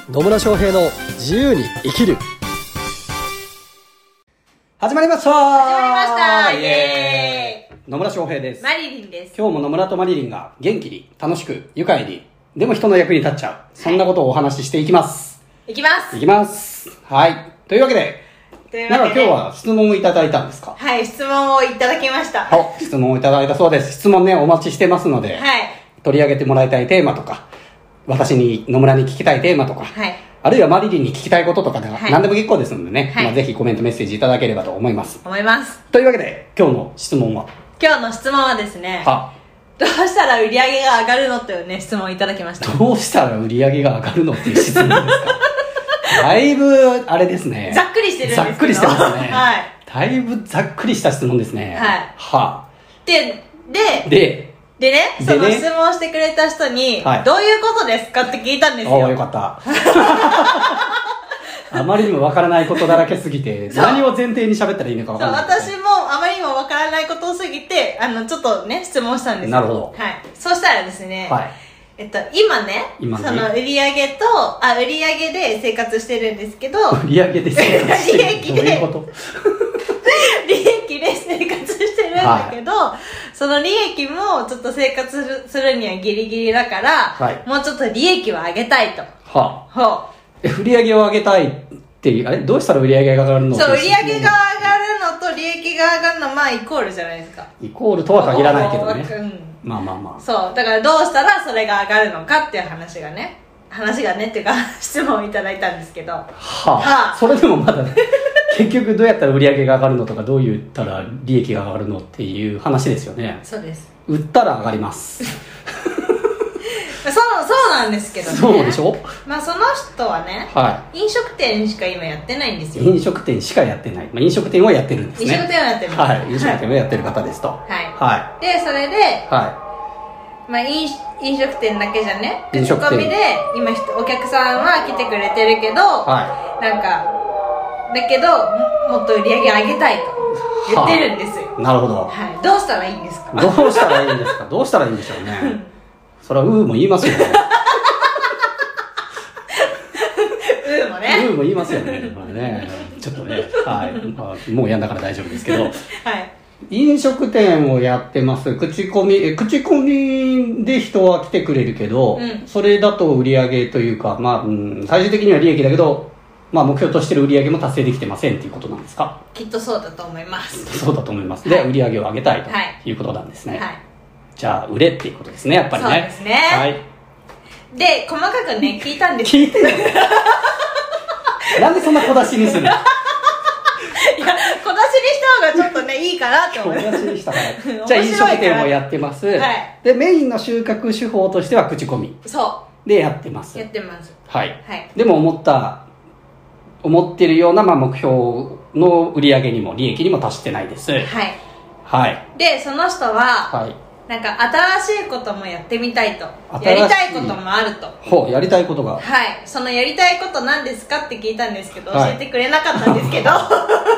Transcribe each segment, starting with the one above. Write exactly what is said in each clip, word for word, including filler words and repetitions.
野村翔平の自由に生きる。始まりました始まりましたイエーイ。 野村翔平です。 マリリンです。 今日も野村とマリリンが元気に楽しく愉快にでも人の役に立っちゃう、そんなことをお話ししていきます。 いきますいきますはいというわけでというわけでなんか今日は質問をいただいたんですか？ はい、質問をいただきました。はお質問をいただいたそうです。質問ねお待ちしてますので、 い取り上げてもらいたいテーマとか、私に野村に聞きたいテーマとか、 はい、 あるいはマリリンに聞きたいこととかでははい何でも結構ですのでね、 はいまあ、ぜひコメントメッセージいただければと思います思います。 というわけで今日の質問は今日の質問はですね、 はどうしたら売り上げが上がるのというね質問をいただきました。 どうしたら売り上げが上がるのっていう質問ですか？だいぶあれですね、 ざっくりしてるんですけど、 ざっくりしてますねはい、 だいぶざっくりした質問ですね。 はいはででででね、 でねその質問してくれた人に、 はいどういうことですかって聞いたんですよ。 おーよかったあまりにもわからないことだらけすぎてそう何を前提に喋ったらいいのかわそう、 からない、 私もあまりにもわからないことをすぎて、あのちょっとね質問したんですよ。 なるほど。 はい。そしたらですね、 はいえっと今ね、 今ねその売り上げとあ売り上げで生活してるんですけど、 売り上げで生活してる利益でどういうこと利益で生活してるんだけど、はい、その利益もちょっと生活するにはギリギリだから、はい、もうちょっと利益を上げたいと。 はあ、 はえ売り上げを上げたいっていう、あれどうしたら売り上げが上がるの？ そう、売り上げが上がるのと利益が上がるのはまあイコールじゃないですか。 イコールとは限らないけどね、 うん、 まあまあまあ、 そうだからどうしたらそれが上がるのかっていう話がね話がねっていうか質問をいただいたんですけど、はあ、はあ、 それでもまだ結局どうやったら売り上げが上がるのとかどう言ったら利益が上がるのっていう話ですよね。 そうです。 売ったら上がりますそうそうなんですけどね。 そうでしょ。 まあその人はね、はい、飲食店しか今やってないんですよ。 飲食店しかやってない、まあ、飲食店はやってるんですね。 飲食店はやってるんです、 はい、飲食店はやってる方ですと。 はい、 はい、 でそれで、はい、まあ飲飲食店だけじゃね、口コミで今お客さんは来てくれてるけど、はい、なんかだけどもっと売り上げ上げたいと言ってるんですよ。 はあ、なるほど、 はい、どうしたらいいんですか？ どうしたらいいんですかどうしたらいいんでしょうねそれはうーも言いますよねうーもねうーも言いますよね、まあねちょっとね、はい、まあ、もうやんだから大丈夫ですけど、はい、飲食店をやってます。口コミ口コミで人は来てくれるけど、うん、それだと売り上げというか、まあ、うん、最終的には利益だけど、まあ、目標としてる売り上げも達成できてませんっていうことなんですか？ きっとそうだと思います。 そうだと思います。で、はい、売り上げを上げたいということなんですね。はい、じゃあ売れっていうことですね、やっぱりね。 そうですね。はい。で、細かくね聞いたんです。 聞いてる。なんでそんな小出しにする？いや、 小出しにした方がちょっとねいいかなって思います。 小出しにしたから。じゃあ飲食店をやってます。はい。でメインの集客手法としては口コミ。 そうでやってます。 やってます。 はい。はい。でも思った思ってるようなまあ目標の売り上げにも利益にも達してないです。はい。はい。 でその人は。はい。なんか新しいこともやってみたいと、やりたいこともあると。 ほう、やりたいことが、 はい、そのやりたいこと何ですかって聞いたんですけど、はい、教えてくれなかったんですけどは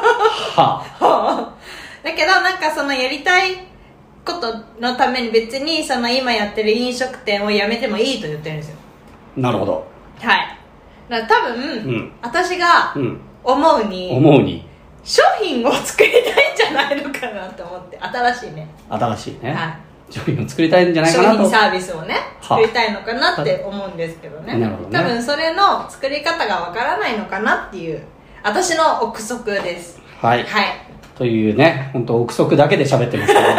あだけどなんかそのやりたいことのために別にその今やってる飲食店をやめてもいいと言ってるんですよ。 なるほど。 はい。だから多分、うん、私が思うに、 うん、思うに商品を作りたいんじゃないのかなと思って。新しいね新しいね、 はい、 商品を作りたいんじゃないかなと。 商品サービスをね作りたいのかなって思うんですけどね。なるほどね。多分それの作り方がわからないのかなっていう私の憶測です。 はい、はい、というね、本当憶測だけで喋ってますけど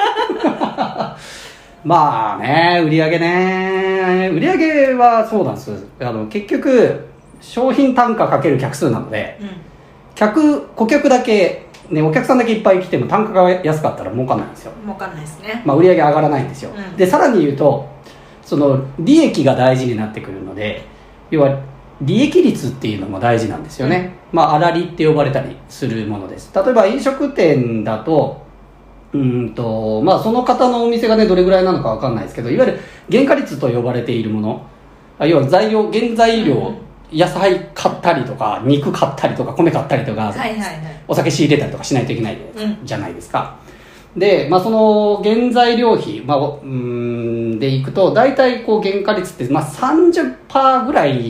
まあね、売り上げね、売り上げはそうなんです。あの結局商品単価かける客数なので、うん、客顧客だけね、お客さんだけいっぱい来ても単価が安かったら儲かんないんですよ。 儲かんないですね。 まあ、売り上げ上がらないんですよ、うん、でさらに言うとその利益が大事になってくるので、要は利益率っていうのも大事なんですよね、うん、まあ粗利って呼ばれたりするものです。例えば飲食店だとうんとまあその方のお店がねどれぐらいなのか分かんないですけど、いわゆる原価率と呼ばれているもの、要は材料原材料、うん野菜買ったりとか肉買ったりとか米買ったりとか、はいはいはい、お酒仕入れたりとかしないといけないじゃないですか、うん、で、まあ、その原材料費、まあ、うんでいくと大体こう原価率って、まあ、さんじゅっパーセント ぐらい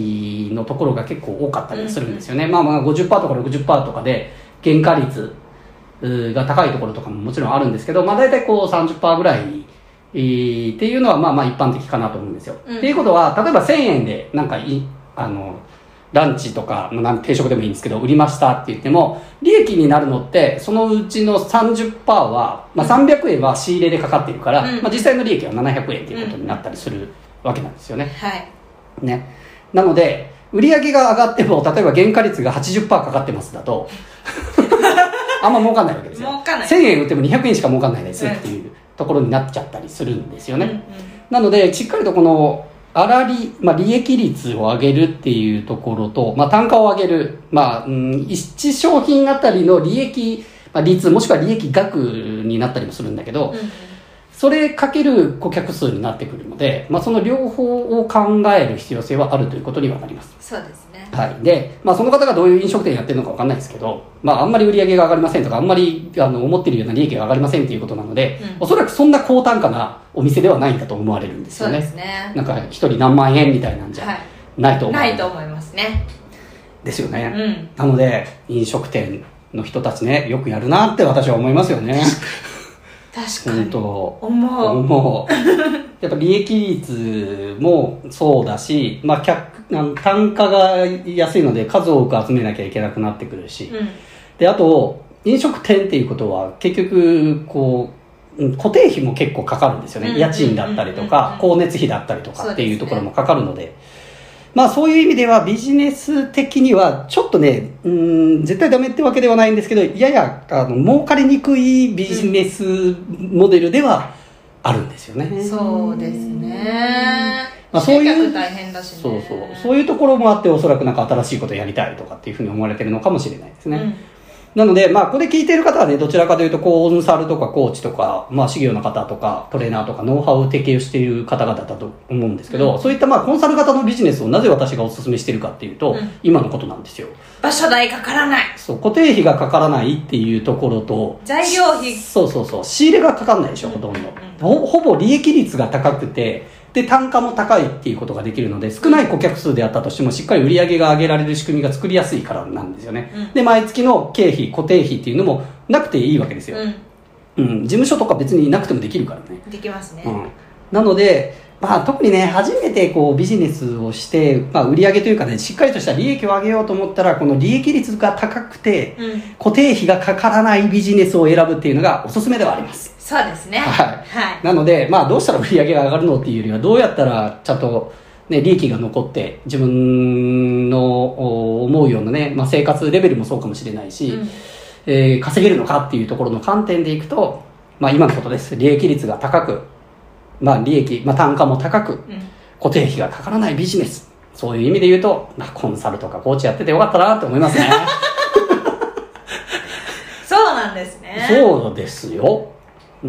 のところが結構多かったりするんですよね、うんうん、まあまあ ごじゅっパーセント とか ろくじゅっパーセント とかで原価率が高いところとかももちろんあるんですけど、まあ大体こう さんじゅっパーセント ぐらいっていうのはまあまあ一般的かなと思うんですよ、うん、っていうことは例えばせんえんでなんかいあのランチとか定食でもいいんですけど売りましたって言っても利益になるのってそのうちの さんじゅっパーセント は、まあ、さんびゃくえんは仕入れでかかっているから、うんまあ、実際の利益はななひゃくえんっていうことになったりするわけなんですよね、 うんはいね、なので売上が上がっても例えば原価率が はちじゅっパーセント かかってますだとあんま儲かんないわけですよ。 儲かんない。 せんえん売ってもにひゃくえんしか儲かんないですっていうところになっちゃったりするんですよね、うんうん、なのでしっかりとこの粗利、まあ、利益率を上げるっていうところと、まあ、単価を上げる、まあ、うん、一商品あたりの利益、まあ、率もしくは利益額になったりもするんだけど、うんうん、それかける顧客数になってくるので、まあ、その両方を考える必要性はあるということにはなります。 そうですね。 はい。で、まあ、その方がどういう飲食店やってるのかわかんないですけど、まあ、あんまり売り上げが上がりませんとか、あんまりあの思っているような利益が上がりませんということなので、うん、おそらくそんな高単価なお店ではないんだと思われるんですよね。 そうですね。 なんか一人何万円みたいなんじゃないと思う、 はい、ないと思いますね。 ですよね。 うん、 なので、飲食店の人たちね、よくやるなって私は思いますよね。 確かに。 本当思う。 思う。やっぱ利益率もそうだし、まあ、客単価が安いので数多く集めなきゃいけなくなってくるし、うん、であと飲食店っていうことは結局こう固定費も結構かかるんですよね、うん、家賃だったりとか、うん、光熱費だったりとかっていうところもかかるので、まあそういう意味ではビジネス的にはちょっとね、うーん絶対ダメってわけではないんですけど、ややあの儲かりにくいビジネスモデルではあるんですよね、 うん、そうですね。 まあ、そういう大変だしね。 そうそうそういうところもあっておそらくなんか新しいことをやりたいとかっていうふうに思われてるのかもしれないですね、うん、なのでまあこれ聞いている方はねどちらかというとコンサルとかコーチとかまあ事業の方とかトレーナーとかノウハウを提供している方々だと思うんですけど、うん、そういったまあコンサル型のビジネスをなぜ私がお勧めしているかっていうと、うん、今のことなんですよ。 場所代かからない。 そう固定費がかからないっていうところと材料費そうそうそう仕入れがかかんないでしょ、うん、ほとんど、うん、ほ, ほぼ利益率が高くてで単価も高いっていうことができるので少ない顧客数であったとしてもしっかり売り上げが上げられる仕組みが作りやすいからなんですよね、うん、で毎月の経費固定費っていうのもなくていいわけですよ、うんうん、事務所とか別になくてもできるからね。 できますね、 うん、なのでまあ、特にね初めてこうビジネスをして、まあ、売り上げというかねしっかりとした利益を上げようと思ったらこの利益率が高くて、うん、固定費がかからないビジネスを選ぶっていうのがおすすめではあります。 そうですね、 はいはい、なので、まあ、どうしたら売り上げが上がるのっていうよりはどうやったらちゃんと、ね、利益が残って自分の思うような、ねまあ、生活レベルもそうかもしれないし、うんえー、稼げるのかっていうところの観点でいくと、まあ、今のことです。利益率が高くまあ、利益、まあ、単価も高く、固定費がかからないビジネス。そういう意味で言うと、まあ、コンサルとかコーチやっててよかったなと思いますね。 そうなんですね。 そうですよ。うん。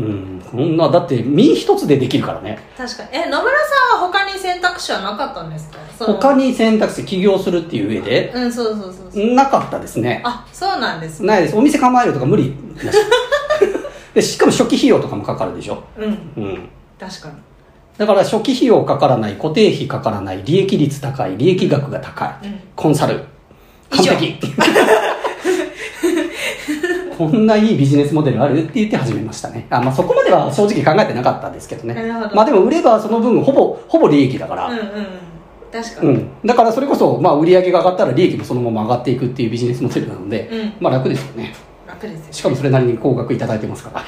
こんな、だって、身一つでできるからね。 確かに。え、野村さんは他に選択肢はなかったんですか？ 他に選択肢、起業するっていう上で。 うん、そうそうそうそう。 なかったですね。 あ、そうなんですね。 ないです。お店構えるとか無理だし。で、しかも初期費用とかもかかるでしょ。 うん。 うん。 確かに。 だから初期費用かからない固定費かからない利益率高い利益額が高い、うん、コンサル完璧こんないいビジネスモデルあるって言って始めましたね。あ、まあ、そこまでは正直考えてなかったですけどね。 なるほど。 まあでも売ればその分ほぼほぼ利益だから、 うんうん、確かに、 うん、だからそれこそ、まあ、売り上げが上がったら利益もそのまま上がっていくっていうビジネスモデルなので、うん、まあ楽ですよね。 楽ですよね。 しかもそれなりに高額いただいてますから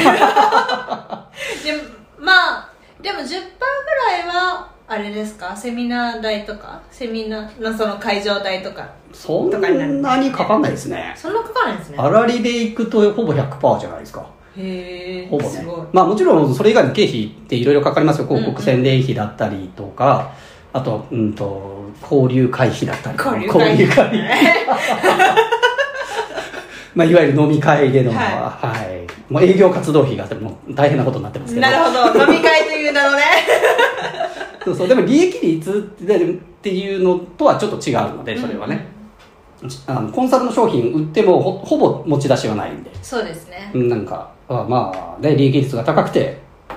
はいでまあでも じゅっパーセント ぐらいはあれですか、セミナー代とかセミナーのその会場代とかそんなにかかんないですね。 そんなかかんないですね。 粗利でいくとほぼ ひゃくパーセント じゃないですか。 へえ、 ほぼね。 すごい。 まあもちろんそれ以外の経費っていろいろかかりますよ。広告宣伝費だったりとか、うんうん、あとうんと交流会費だったりとか交流会費まあ、いわゆる飲み会での、はいはい、もう営業活動費がもう大変なことになってますけど。 なるほど、飲み会という名のねそうそう、でも利益率っていうのとはちょっと違うので、それはね、うん、あのコンサルの商品売っても ほ, ほぼ持ち出しはないんで。 そうですね。 なんかまあ、ね、利益率が高くて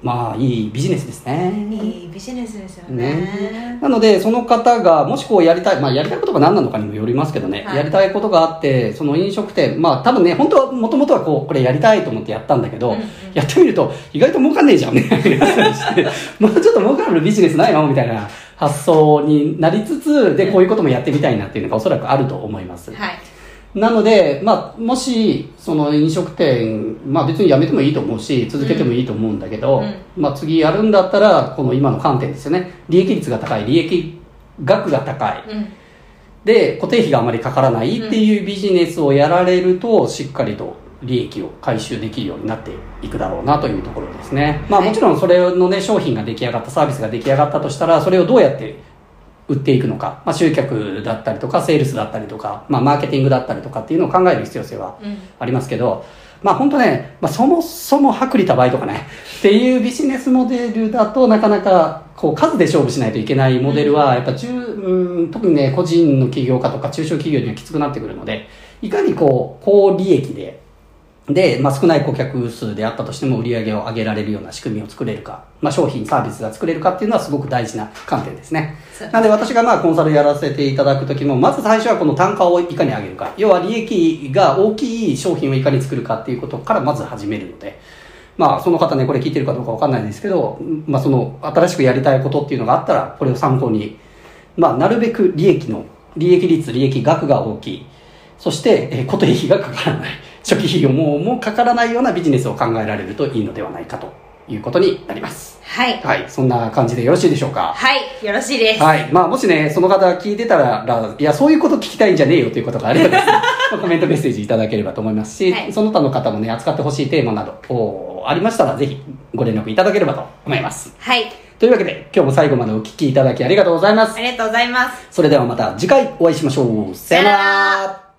まあいいビジネスですね。 いいビジネスですよ ね, ねなのでその方がもしこうやりたい、まあやりたいことが何なのかにもよりますけどね、はい、やりたいことがあってその飲食店、まあ多分ね本当はもともとはこうこれやりたいと思ってやったんだけど、うんうん、やってみると意外と儲かんねえじゃんみたいなしてもうちょっと儲かるビジネスないのみたいな発想になりつつでこういうこともやってみたいなっていうのがおそらくあると思います、 はい。 なので、まあ、もしその飲食店、まあ、別にやめてもいいと思うし続けてもいいと思うんだけど、うんまあ、次やるんだったらこの今の観点ですよね。利益率が高い、利益額が高い、うん、で固定費があまりかからないっていうビジネスをやられるとしっかりと利益を回収できるようになっていくだろうなというところですね。まあ、もちろんそれのね商品が出来上がった、サービスが出来上がったとしたらそれをどうやって売っていくのか、まあ、集客だったりとかセールスだったりとか、まあ、マーケティングだったりとかっていうのを考える必要性はありますけど、うん、まあ本当ね、まあ、そもそも薄利多売とかねっていうビジネスモデルだとなかなかこう数で勝負しないといけないモデルはやっぱ中、うん、特にね個人の起業家とか中小企業にはきつくなってくるので、いかにこう高利益でで、まあ、少ない顧客数であったとしても売り上げを上げられるような仕組みを作れるか、まあ、商品サービスが作れるかっていうのはすごく大事な観点ですね。なので私がまあコンサルやらせていただくときもまず最初はこの単価をいかに上げるか、要は利益が大きい商品をいかに作るかっていうことからまず始めるので、まあその方ねこれ聞いてるかどうかわかんないですけど、まあその新しくやりたいことっていうのがあったらこれを参考に、まあなるべく利益の利益率利益額が大きい、そしてえ固定費がかからない、初期費用ももうかからないようなビジネスを考えられるといいのではないかということになります。 はい。 はい。そんな感じでよろしいでしょうか。 はい。よろしいです。 はい。まあもしね、その方聞いてたら、いや、そういうこと聞きたいんじゃねえよということがあればですね、コメントメッセージいただければと思いますし、はい、その他の方もね、扱ってほしいテーマなどありましたら、ぜひご連絡いただければと思います。 はい。 というわけで、今日も最後までお聞きいただきありがとうございます。 ありがとうございます。 それではまた次回お会いしましょう。さよなら。